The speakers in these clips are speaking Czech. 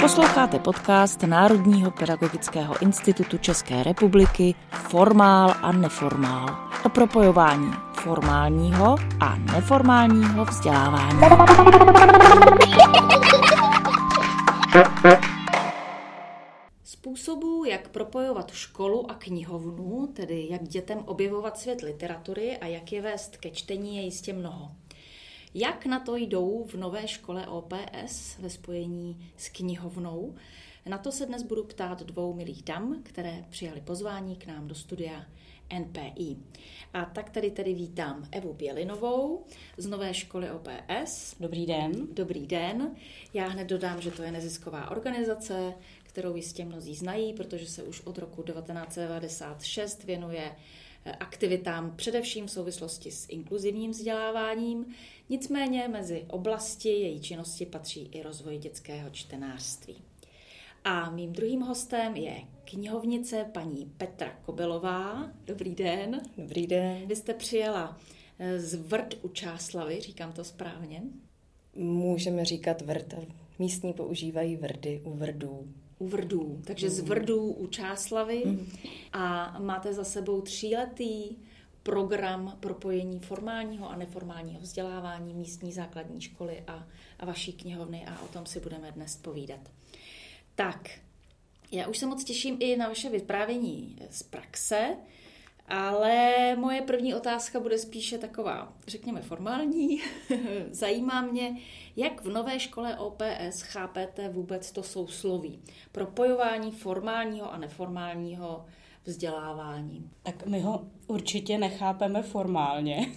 Posloucháte podcast Národního pedagogického institutu České republiky Formál a neformál o propojování formálního a neformálního vzdělávání. Způsobů, jak propojovat školu a knihovnu, tedy jak dětem objevovat svět literatury a jak je vést ke čtení, je jistě mnoho. Jak na to jdou v nové škole OPS ve spojení s knihovnou? Na to se dnes budu ptát dvou milých dam, které přijali pozvání k nám do studia NPI. A tak tady vítám Evu Bělinovou z nové školy OPS. Dobrý den. Dobrý den. Já hned dodám, že to je nezisková organizace, kterou jistě mnozí znají, protože se už od roku 1996 věnuje aktivitám především v souvislosti s inkluzivním vzděláváním. Nicméně mezi oblasti její činnosti patří i rozvoj dětského čtenářství. A mým druhým hostem je knihovnice paní Petra Kobelová. Dobrý den. Dobrý den. Vy jste přijela z Vrd u Čáslavi, říkám to správně? Můžeme říkat Vrd. Místní používají Vrdy u Vrdů. U Vrdů, takže z Vrdů u Čáslavy a máte za sebou 3letý program propojení formálního a neformálního vzdělávání místní základní školy a vaší knihovny a o tom si budeme dnes povídat. Tak, já už se moc těším i na vaše vyprávění z praxe, ale moje první otázka bude spíše taková, řekněme, formální. Zajímá mě, jak v nové škole OPS chápete vůbec to sousloví propojování formálního a neformálního vzdělávání. Tak my ho určitě nechápeme formálně.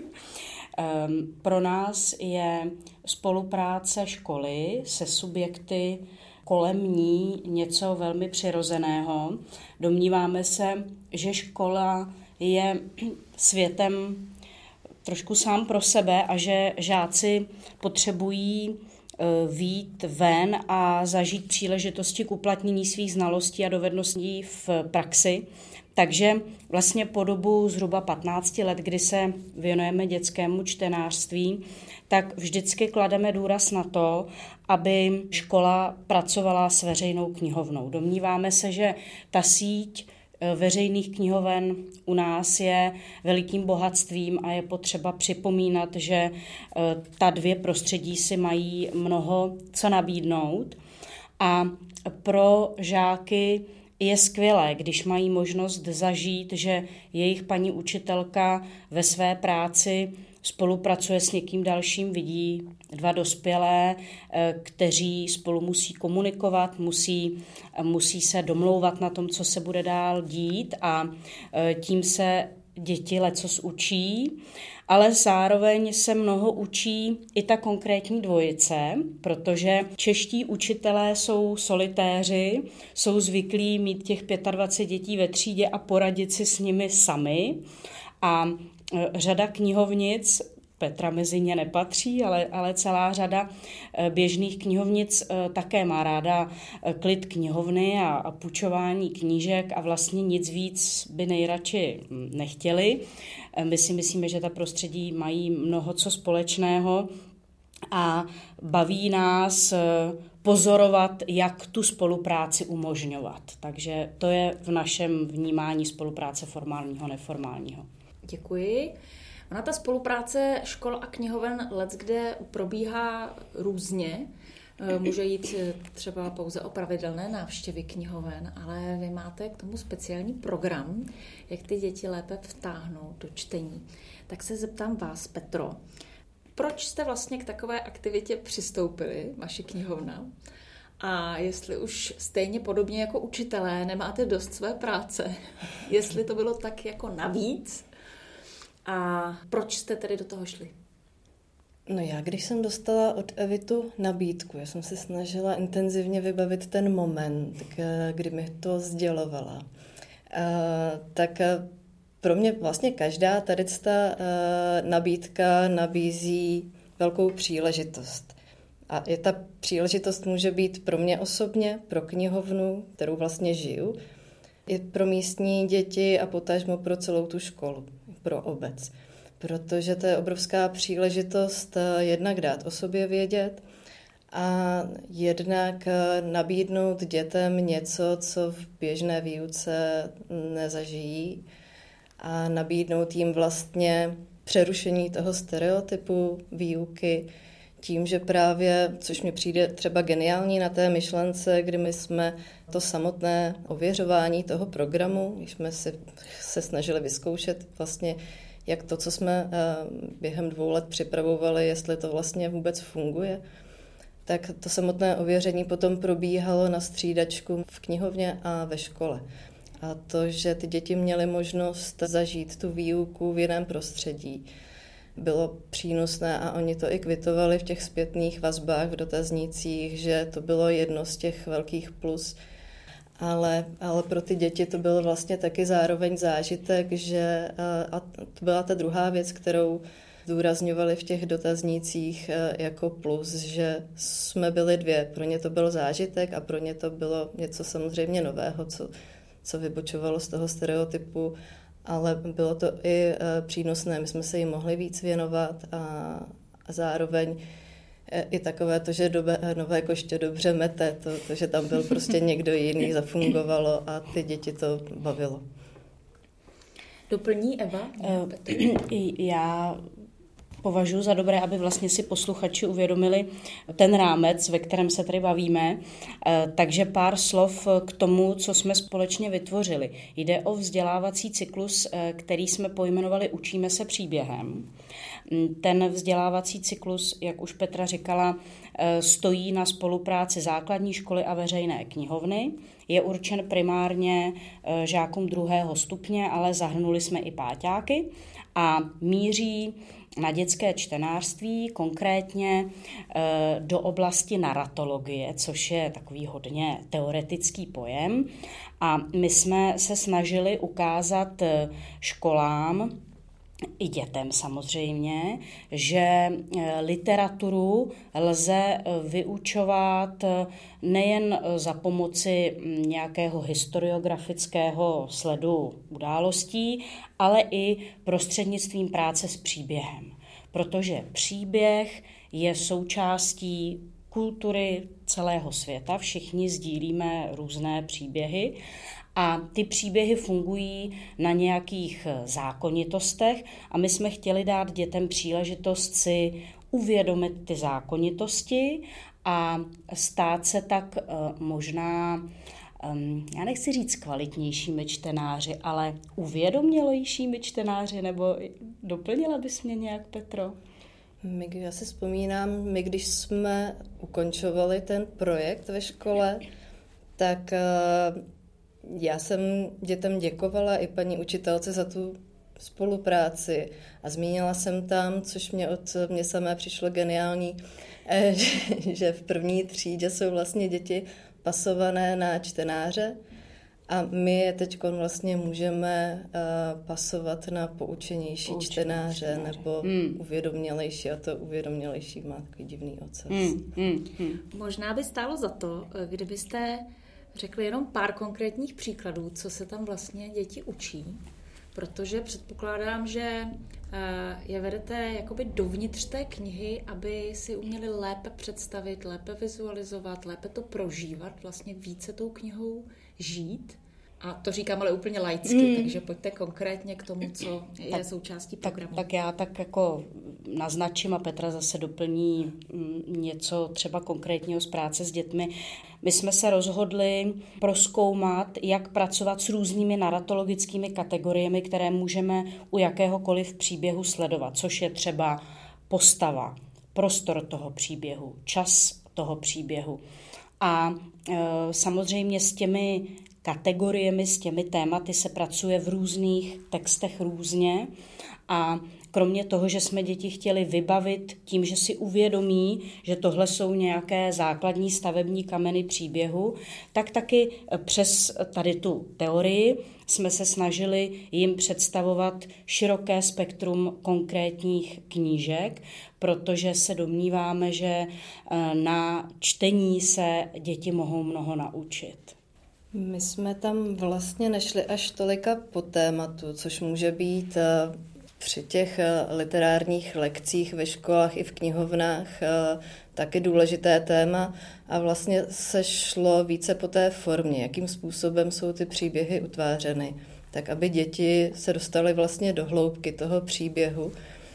Pro nás je spolupráce školy se subjekty kolem ní něco velmi přirozeného. Domníváme se, že škola je světem trošku sám pro sebe a že žáci potřebují vyjít ven a zažít příležitosti k uplatnění svých znalostí a dovedností v praxi. Takže vlastně po dobu zhruba 15 let, kdy se věnujeme dětskému čtenářství, tak vždycky klademe důraz na to, aby škola pracovala s veřejnou knihovnou. Domníváme se, že ta síť veřejných knihoven u nás je velikým bohatstvím a je potřeba připomínat, že ta dvě prostředí si mají mnoho co nabídnout. A pro žáky je skvělé, když mají možnost zažít, že jejich paní učitelka ve své práci spolupracuje s někým dalším, vidí dva dospělé, kteří spolu musí komunikovat, musí se domlouvat na tom, co se bude dál dít a tím se děti lecos učí, ale zároveň se mnoho učí i ta konkrétní dvojice, protože čeští učitelé jsou solitéři, jsou zvyklí mít těch 25 dětí ve třídě a poradit si s nimi sami a řada knihovnic, Petra mezi ně nepatří, ale celá řada běžných knihovnic také má ráda klid knihovny a půjčování knížek a vlastně nic víc by nejradši nechtěli. My si myslíme, že ta prostředí mají mnoho co společného a baví nás pozorovat, jak tu spolupráci umožňovat. Takže to je v našem vnímání spolupráce formálního a neformálního. Děkuji. Ona ta spolupráce škol a knihoven leckde probíhá různě. Může jít třeba pouze o pravidelné návštěvy knihoven, ale vy máte k tomu speciální program, jak ty děti lépe vtáhnout do čtení. Tak se zeptám vás, Petro, proč jste vlastně k takové aktivitě přistoupili, vaše knihovna? A jestli už stejně podobně jako učitelé nemáte dost své práce, jestli to bylo tak jako navíc, a proč jste tedy do toho šli? No já, když jsem dostala od Evy tu nabídku, já jsem se snažila intenzivně vybavit ten moment, kdy mi to sdělovala, tak pro mě vlastně každá tady ta nabídka nabízí velkou příležitost. A ta příležitost může být pro mě osobně, pro knihovnu, kterou vlastně žiju, i pro místní děti a potažmo pro celou tu školu, pro obec. Protože to je obrovská příležitost jednak dát o sobě vědět a jednak nabídnout dětem něco, co v běžné výuce nezažijí, a nabídnout jim vlastně přerušení toho stereotypu výuky tím, že právě, což mi přijde třeba geniální na té myšlence, kdy my jsme to samotné ověřování toho programu, když jsme se snažili vyzkoušet vlastně, jak to, co jsme během 2 let připravovali, jestli to vlastně vůbec funguje, tak to samotné ověření potom probíhalo na střídačku v knihovně a ve škole. A to, že ty děti měly možnost zažít tu výuku v jiném prostředí, bylo přínosné a oni to i kvitovali v těch zpětných vazbách, v dotaznících, že to bylo jedno z těch velkých plus. Ale pro ty děti to byl vlastně taky zároveň zážitek, že a to byla ta druhá věc, kterou zdůrazňovali v těch dotaznících jako plus, že jsme byli 2. Pro ně to byl zážitek a pro ně to bylo něco samozřejmě nového, co vybočovalo z toho stereotypu, ale bylo to i přínosné. My jsme se jim mohli víc věnovat a zároveň i takové to, že nové koště dobře mete, to, že tam byl prostě někdo jiný, zafungovalo a ty děti to bavilo. Doplní Eva? Já považuji za dobré, aby vlastně si posluchači uvědomili ten rámec, ve kterém se tady bavíme. Takže pár slov k tomu, co jsme společně vytvořili. Jde o vzdělávací cyklus, který jsme pojmenovali Učíme se příběhem. Ten vzdělávací cyklus, jak už Petra říkala, stojí na spolupráci základní školy a veřejné knihovny. Je určen primárně žákům 2. stupně, ale zahrnuli jsme i páťáky a míří na dětské čtenářství, konkrétně do oblasti narratologie, což je takový hodně teoretický pojem. A my jsme se snažili ukázat školám i dětem samozřejmě, že literaturu lze vyučovat nejen za pomoci nějakého historiografického sledu událostí, ale i prostřednictvím práce s příběhem. Protože příběh je součástí kultury celého světa, všichni sdílíme různé příběhy a ty příběhy fungují na nějakých zákonitostech a my jsme chtěli dát dětem příležitost si uvědomit ty zákonitosti a stát se tak možná, já nechci říct kvalitnějšími čtenáři, ale uvědomělejšími čtenáři, nebo doplnila bys mě nějak, Petro? Já si vzpomínám, když jsme ukončovali ten projekt ve škole, tak já jsem dětem děkovala i paní učitelce za tu spolupráci a zmínila jsem tam, což mě samé přišlo geniální, že v 1. třídě jsou vlastně děti pasované na čtenáře a my je teď vlastně můžeme pasovat na poučenější čtenáře nebo uvědomělejší, a to uvědomělejší má takový divný ocas. Možná by stálo za to, kdybyste řekli jenom pár konkrétních příkladů, co se tam vlastně děti učí, protože předpokládám, že je vedete jakoby dovnitř té knihy, aby si uměli lépe představit, lépe vizualizovat, lépe to prožívat, vlastně více tou knihou žít. A to říkám ale úplně laicky, takže pojďte konkrétně k tomu, co je součástí programu. Tak já tak jako naznačím a Petra zase doplní něco třeba konkrétního z práce s dětmi. My jsme se rozhodli prozkoumat, jak pracovat s různými narratologickými kategoriemi, které můžeme u jakéhokoliv příběhu sledovat, což je třeba postava, prostor toho příběhu, čas toho příběhu. A samozřejmě s těmi kategoriemi, s těmi tématy se pracuje v různých textech různě a kromě toho, že jsme děti chtěli vybavit tím, že si uvědomí, že tohle jsou nějaké základní stavební kameny příběhu, tak taky přes tady tu teorii jsme se snažili jim představovat široké spektrum konkrétních knížek, protože se domníváme, že na čtení se děti mohou mnoho naučit. My jsme tam vlastně nešli až tolika po tématu, což může být při těch literárních lekcích ve školách i v knihovnách taky důležité téma a vlastně se šlo více po té formě, jakým způsobem jsou ty příběhy utvářeny, tak aby děti se dostaly vlastně do hloubky toho příběhu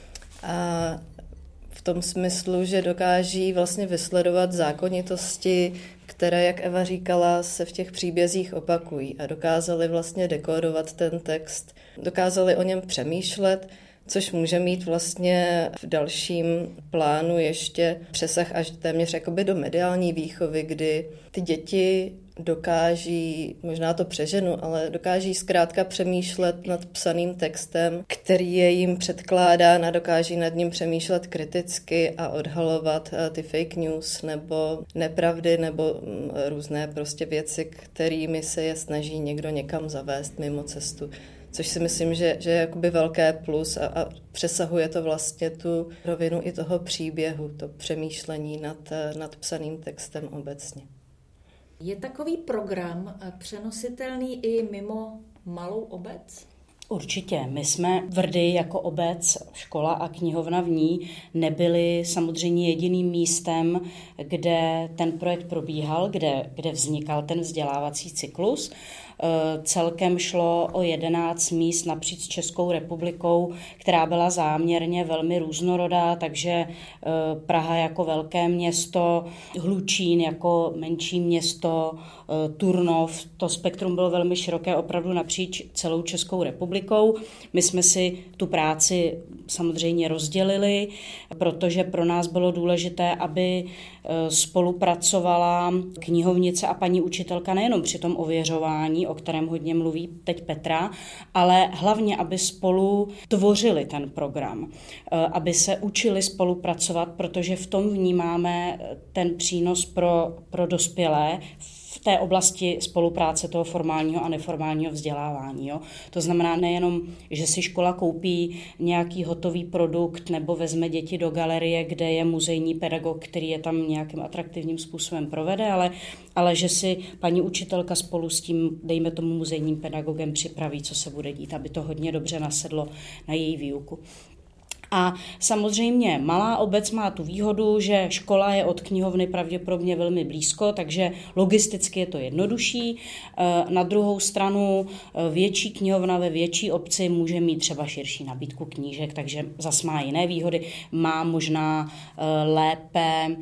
a v tom smyslu, že dokáží vlastně vysledovat zákonitosti, které, jak Eva říkala, se v těch příbězích opakují a dokázali vlastně dekódovat ten text, dokázali o něm přemýšlet, což může mít vlastně v dalším plánu ještě přesah až téměř jakoby do mediální výchovy, kdy ty děti dokáží, možná to přeženu, ale dokáží zkrátka přemýšlet nad psaným textem, který je jim předkládán a dokáží nad ním přemýšlet kriticky a odhalovat ty fake news nebo nepravdy nebo různé prostě věci, kterými se je snaží někdo někam zavést mimo cestu. Což si myslím, že je jakoby velké plus a přesahuje to vlastně tu rovinu i toho příběhu, to přemýšlení nad psaným textem obecně. Je takový program přenositelný i mimo malou obec? Určitě. My jsme v Rdy jako obec, škola a knihovna v ní nebyli samozřejmě jediným místem, kde ten projekt probíhal, kde vznikal ten vzdělávací cyklus. Celkem šlo o 11 míst napříč Českou republikou, která byla záměrně velmi různorodá, takže Praha jako velké město, Hlučín jako menší město, Turnov, to spektrum bylo velmi široké opravdu napříč celou Českou republikou. My jsme si tu práci samozřejmě rozdělili, protože pro nás bylo důležité, aby spolupracovala knihovnice a paní učitelka nejenom při tom ověřování, o kterém hodně mluví teď Petra, ale hlavně, aby spolu tvořili ten program, aby se učili spolupracovat, protože v tom vnímáme ten přínos pro dospělé v té oblasti spolupráce toho formálního a neformálního vzdělávání. Jo? To znamená nejenom, že si škola koupí nějaký hotový produkt nebo vezme děti do galerie, kde je muzejní pedagog, který je tam nějakým atraktivním způsobem provede, ale že si paní učitelka spolu s tím, dejme tomu muzejním pedagogem, připraví, co se bude dít, aby to hodně dobře nasedlo na její výuku. A samozřejmě malá obec má tu výhodu, že škola je od knihovny pravděpodobně velmi blízko, takže logisticky je to jednodušší. Na druhou stranu větší knihovna ve větší obci může mít třeba širší nabídku knížek, takže zas má jiné výhody. Má možná lépe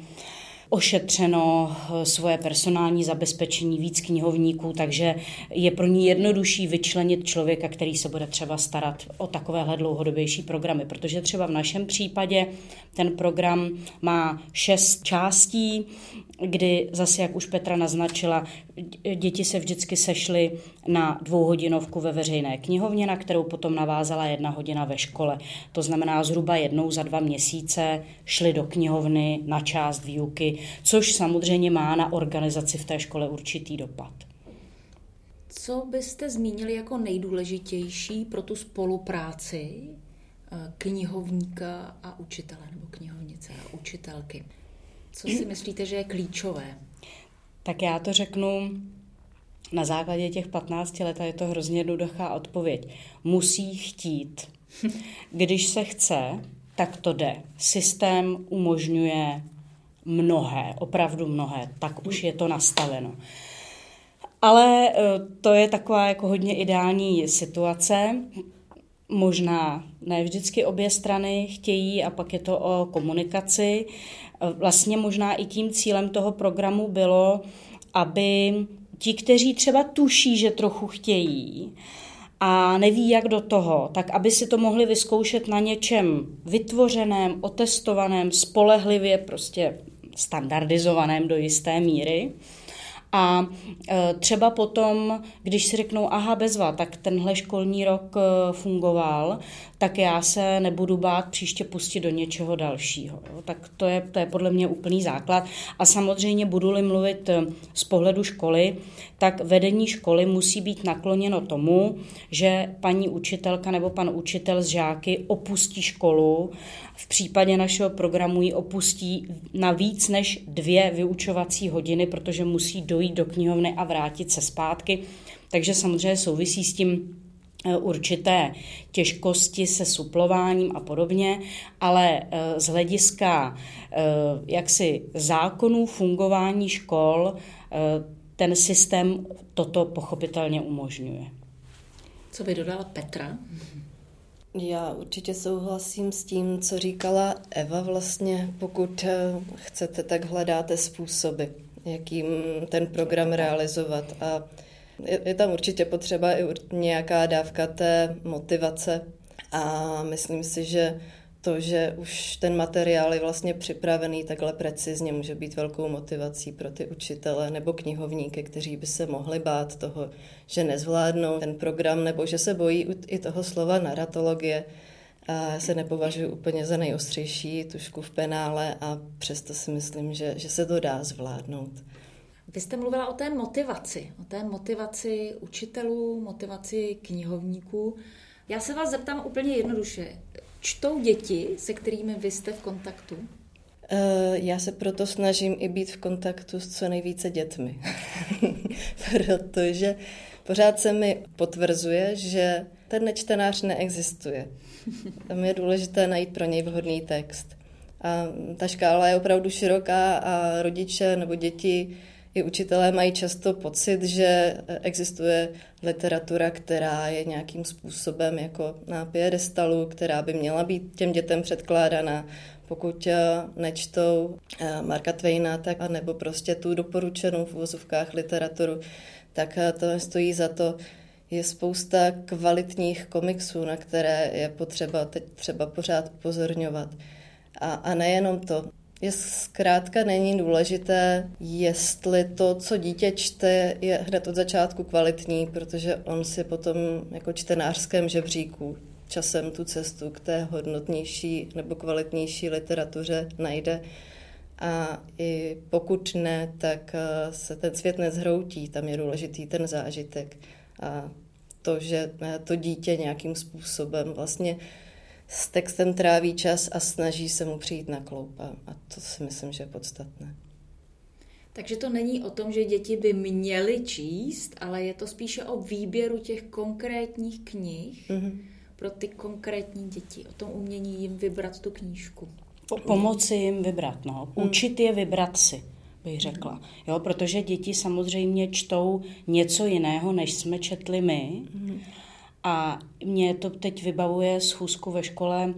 ošetřeno svoje personální zabezpečení, víc knihovníků, takže je pro ní jednodušší vyčlenit člověka, který se bude třeba starat o takovéhle dlouhodobější programy, protože třeba v našem případě ten program má 6 částí, kdy zase, jak už Petra naznačila, děti se vždycky sešly na 2hodinovku ve veřejné knihovně, na kterou potom navázala 1 hodina ve škole. To znamená zhruba jednou za 2 měsíce šli do knihovny na část výuky, což samozřejmě má na organizaci v té škole určitý dopad. Co byste zmínili jako nejdůležitější pro tu spolupráci knihovníka a učitele nebo knihovnice a učitelky? Co si myslíte, že je klíčové? Tak já to řeknu na základě těch 15 let a je to hrozně jednoduchá odpověď. Musí chtít. Když se chce, tak to jde. Systém umožňuje mnohé, opravdu mnohé, tak už je to nastaveno. Ale to je taková jako hodně ideální situace. Možná ne vždycky obě strany chtějí a pak je to o komunikaci. Vlastně možná i tím cílem toho programu bylo, aby ti, kteří třeba tuší, že trochu chtějí a neví, jak do toho, tak aby si to mohli vyzkoušet na něčem vytvořeném, otestovaném, spolehlivě prostě standardizovaném do jisté míry. A třeba potom, když si řeknou, aha, bezva, tak tenhle školní rok fungoval, tak já se nebudu bát příště pustit do něčeho dalšího. Tak to je podle mě úplný základ. A samozřejmě budu-li mluvit z pohledu školy, tak vedení školy musí být nakloněno tomu, že paní učitelka nebo pan učitel z žáky opustí školu. V případě našeho programu ji opustí na víc než 2 vyučovací hodiny, protože musí dojít do knihovny a vrátit se zpátky. Takže samozřejmě souvisí s tím určité těžkosti se suplováním a podobně, ale z hlediska jaksi zákonů fungování škol ten systém toto pochopitelně umožňuje. Co by dodala Petra? Já určitě souhlasím s tím, co říkala Eva. Vlastně, pokud chcete, tak hledáte způsoby, jakým ten program realizovat. A je tam určitě potřeba i nějaká dávka té motivace. A myslím si, že to, že už ten materiál je vlastně připravený takhle precizně, může být velkou motivací pro ty učitele nebo knihovníky, kteří by se mohli bát toho, že nezvládnou ten program nebo že se bojí i toho slova narratologie. A se nepovažuji úplně za nejostřejší tužku v penále a přesto si myslím, že se to dá zvládnout. Vy jste mluvila o té motivaci učitelů, motivaci knihovníků. Já se vás zeptám úplně jednoduše. Čtou děti, se kterými vy jste v kontaktu? Já se proto snažím i být v kontaktu s co nejvíce dětmi, protože pořád se mi potvrzuje, že ten nečtenář neexistuje. Tam je důležité najít pro něj vhodný text. A ta škála je opravdu široká a rodiče nebo děti i učitelé mají často pocit, že existuje literatura, která je nějakým způsobem jako na piedestalu, která by měla být těm dětem předkládaná. Pokud nečtou Marka Twaina, tak nebo prostě tu doporučenou v uvozovkách literaturu, tak to stojí za to. Je spousta kvalitních komiksů, na které je potřeba teď třeba pořád upozorňovat. A nejenom to. Je zkrátka není důležité, jestli to, co dítě čte, je hned od začátku kvalitní, protože on si potom jako čtenářském žebříku časem tu cestu k té hodnotnější nebo kvalitnější literatuře najde. A i pokud ne, tak se ten svět nezhroutí, tam je důležitý ten zážitek. A to, že to dítě nějakým způsobem vlastně s textem tráví čas a snaží se mu přijít na kloup. A to si myslím, že je podstatné. Takže to není o tom, že děti by měly číst, ale je to spíše o výběru těch konkrétních knih pro ty konkrétní děti. O tom umění jim vybrat tu knížku. Pomoci jim vybrat, no. Učit je vybrat si, bych řekla. Jo, protože děti samozřejmě čtou něco jiného, než jsme četli my. A mě to teď vybavuje schůzku ve škole,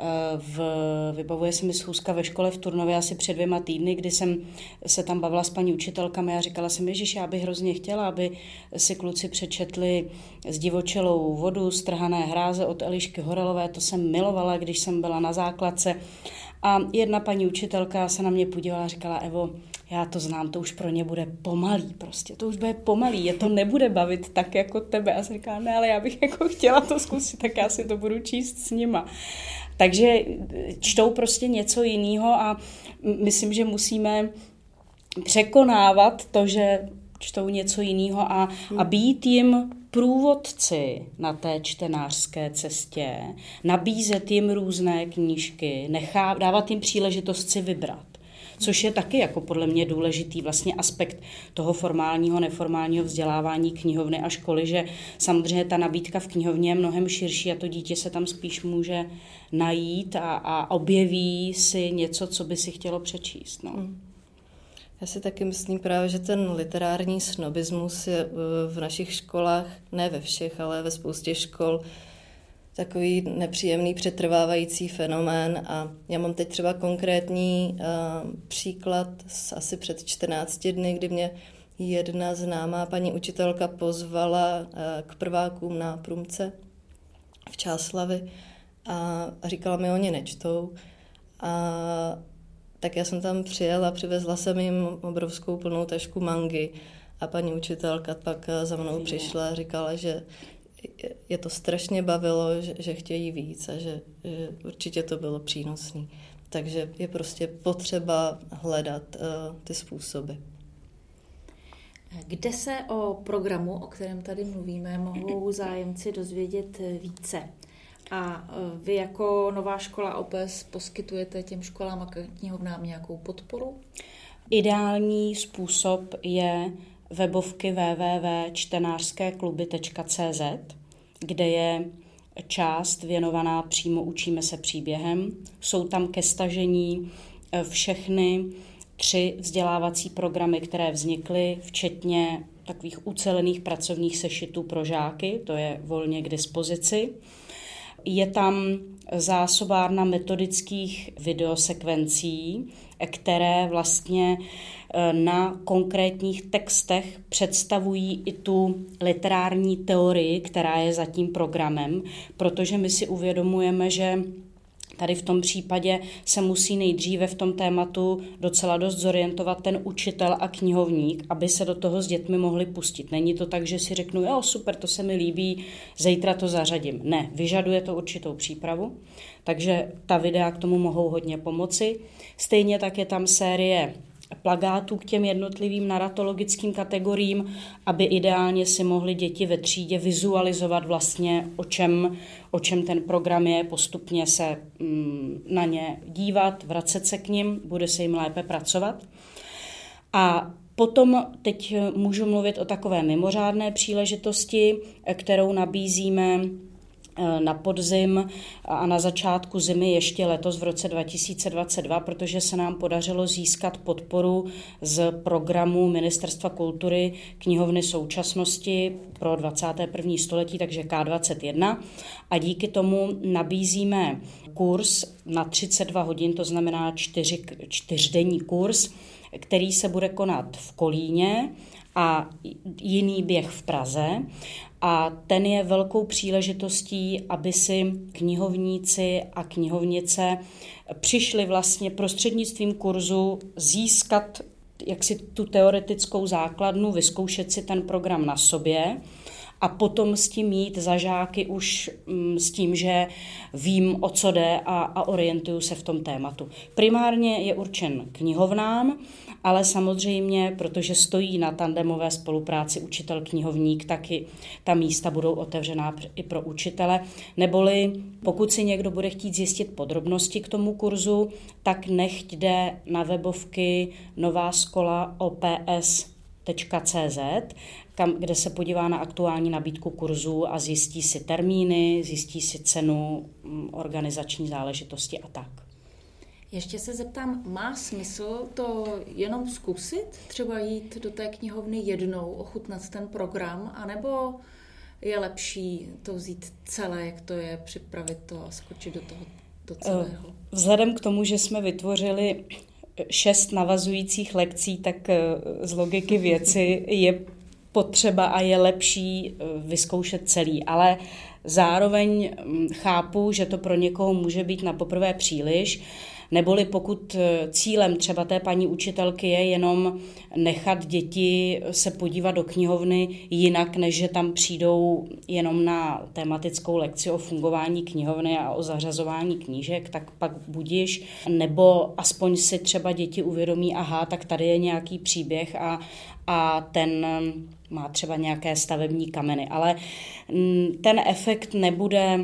vybavuje se mi schůzka ve škole v Turnově asi před 2 týdny, kdy jsem se tam bavila s paní učitelkami a říkala jsem, Ježiš, já bych hrozně chtěla, aby si kluci přečetli Zdivočelou vodu, Strhané hráze od Elišky Horelové, to jsem milovala, když jsem byla na základce. A jedna paní učitelka se na mě podívala a říkala, Evo, já to znám, to už pro ně bude pomalý prostě, to už bude pomalý, je to nebude bavit tak jako tebe. A jsem říkala, ne, ale já bych jako chtěla to zkusit, tak já si to budu číst s nima. Takže čtou prostě něco jiného a myslím, že musíme překonávat to, že čtou něco jiného a být jim průvodci na té čtenářské cestě, nabízet jim různé knížky, dávat jim příležitost si vybrat. Což je taky jako podle mě důležitý vlastně aspekt toho formálního, neformálního vzdělávání knihovny a školy, že samozřejmě ta nabídka v knihovně je mnohem širší a to dítě se tam spíš může najít a objeví si něco, co by si chtělo přečíst. No. Já si taky myslím právě, že ten literární snobismus je v našich školách, ne ve všech, ale ve spoustě škol, takový nepříjemný přetrvávající fenomén. A já mám teď třeba konkrétní příklad asi před 14 dny, kdy mě jedna známá paní učitelka pozvala k prvákům na Průmce v Čáslavi a říkala mi, oni nečtou. Tak já jsem tam přijela, přivezla jsem jim obrovskou plnou tašku mangy a paní učitelka pak za mnou přišla a říkala, že je to strašně bavilo, že chtějí víc a že určitě to bylo přínosné. Takže je prostě potřeba hledat ty způsoby. Kde se o programu, o kterém tady mluvíme, mohou zájemci dozvědět více? A vy jako Nová škola OPES poskytujete těm školám a knihovnám nějakou podporu? Ideální způsob je webovky www.čtenářskekluby.cz, kde je část věnovaná přímo Učíme se příběhem. Jsou tam ke stažení všechny 3 vzdělávací programy, které vznikly, včetně takových ucelených pracovních sešitů pro žáky, to je volně k dispozici. Je tam zásobárna metodických videosekvencí, které vlastně na konkrétních textech představují i tu literární teorii, která je za tím programem, protože my si uvědomujeme, že tady v tom případě se musí nejdříve v tom tématu docela dost zorientovat ten učitel a knihovník, aby se do toho s dětmi mohli pustit. Není to tak, že si řeknu, jo, super, to se mi líbí, zítra to zařadím. Ne, vyžaduje to určitou přípravu, takže ta videa k tomu mohou hodně pomoci. Stejně tak je tam série plakátů k těm jednotlivým narratologickým kategoriím, aby ideálně si mohli děti ve třídě vizualizovat vlastně, o čem ten program je, postupně se na ně dívat, vracet se k nim, bude se jim lépe pracovat. A potom teď můžu mluvit o takové mimořádné příležitosti, kterou nabízíme na podzim a na začátku zimy ještě letos v roce 2022, protože se nám podařilo získat podporu z programu Ministerstva kultury Knihovny současnosti pro 21. století, takže K21. A díky tomu nabízíme kurz na 32 hodin, to znamená 4denní kurz, který se bude konat v Kolíně a jiný běh v Praze. A ten je velkou příležitostí, aby si knihovníci a knihovnice přišli vlastně prostřednictvím kurzu získat jaksi tu teoretickou základnu, vyzkoušet si ten program na sobě a potom s tím jít za žáky už s tím, že vím, o co jde a orientuju se v tom tématu. Primárně je určen knihovnám, ale samozřejmě, protože stojí na tandemové spolupráci učitel-knihovník, taky ta místa budou otevřená i pro učitele. Neboli pokud si někdo bude chtít zjistit podrobnosti k tomu kurzu, tak nechť jde na webovky novaskolaops.cz, kde se podívá na aktuální nabídku kurzů a zjistí si termíny, zjistí si cenu, organizační záležitosti a tak. Ještě se zeptám, má smysl to jenom zkusit? Třeba jít do té knihovny jednou, ochutnat ten program, anebo je lepší to vzít celé, jak to je, připravit to a skočit do toho do celého? Vzhledem k tomu, že jsme vytvořili 6 navazujících lekcí, tak z logiky věci je potřeba a je lepší vyzkoušet celý, ale zároveň chápu, že to pro někoho může být na poprvé příliš, neboli pokud cílem třeba té paní učitelky je jenom nechat děti se podívat do knihovny jinak, než že tam přijdou jenom na tematickou lekci o fungování knihovny a o zařazování knížek, tak pak budiš, nebo aspoň si třeba děti uvědomí, aha, tak tady je nějaký příběh a ten má třeba nějaké stavební kameny, ale ten efekt nebude,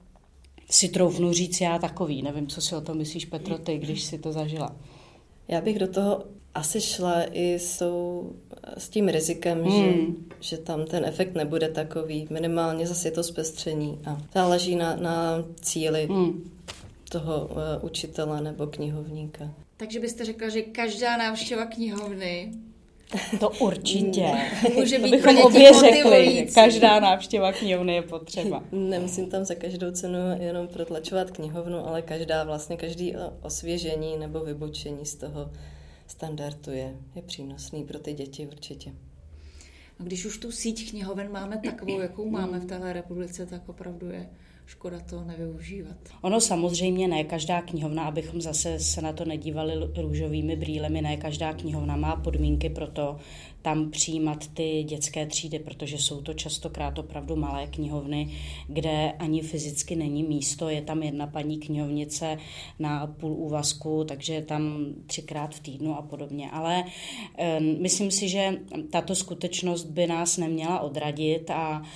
si troufnu říct já takový. Nevím, co si o tom myslíš, Petro, ty, když si to zažila. Já bych do toho asi šla i s tím rizikem, že tam ten efekt nebude takový. Minimálně zase je to zpestření a záleží na cíli toho učitele nebo knihovníka. Takže byste řekla, že každá návštěva knihovny to určitě. Může být bychom obě řekli, každá návštěva knihovny je potřeba. Nemusím tam za každou cenu jenom protlačovat knihovnu, ale každý osvěžení nebo vybočení z toho standardu je přínosný pro ty děti určitě. A když už tu síť knihoven máme takovou, jakou máme v téhle republice, tak opravdu je škoda to nevyužívat. Ono samozřejmě ne každá knihovna, abychom zase se na to nedívali růžovými brýlemi, ne každá knihovna má podmínky pro to tam přijímat ty dětské třídy, protože jsou to častokrát opravdu malé knihovny, kde ani fyzicky není místo, je tam jedna paní knihovnice na půl úvazku, takže je tam 3krát v týdnu a podobně. Ale myslím si, že tato skutečnost by nás neměla odradit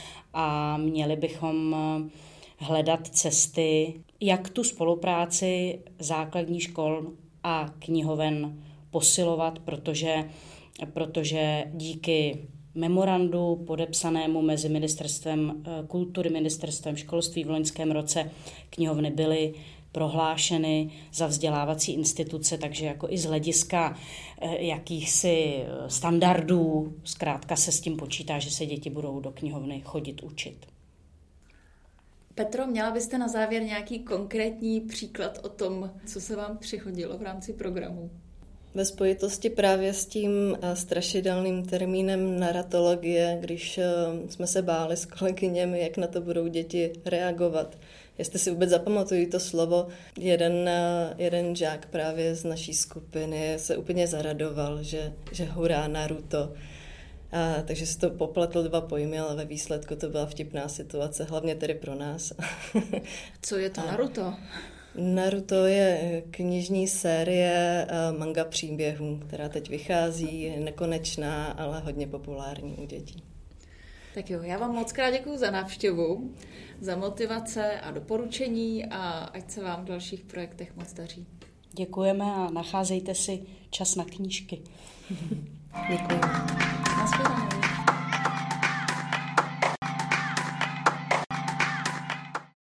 a měli bychom hledat cesty, jak tu spolupráci základních škol a knihoven posilovat, protože díky memorandu podepsanému mezi Ministerstvem kultury, Ministerstvem školství v loňském roce knihovny byly prohlášeny za vzdělávací instituce, takže jako i z hlediska jakýchsi standardů zkrátka se s tím počítá, že se děti budou do knihovny chodit učit. Petro, měla byste na závěr nějaký konkrétní příklad o tom, co se vám přihodilo v rámci programu? Ve spojitosti právě s tím strašidelným termínem naratologie, když jsme se báli s kolegyněmi, jak na to budou děti reagovat. Jestli si vůbec zapamatují to slovo, jeden žák právě z naší skupiny se úplně zaradoval, že hurá Naruto. Takže si to popletl 2 pojmy, ale ve výsledku to byla vtipná situace, hlavně tedy pro nás. Co je to Naruto? Naruto je knižní série manga příběhů, která teď vychází, je nekonečná, ale hodně populární u dětí. Tak jo, já vám moc krát děkuju za návštěvu, za motivace a doporučení a ať se vám v dalších projektech moc daří. Děkujeme a nacházejte si čas na knížky. Děkuji.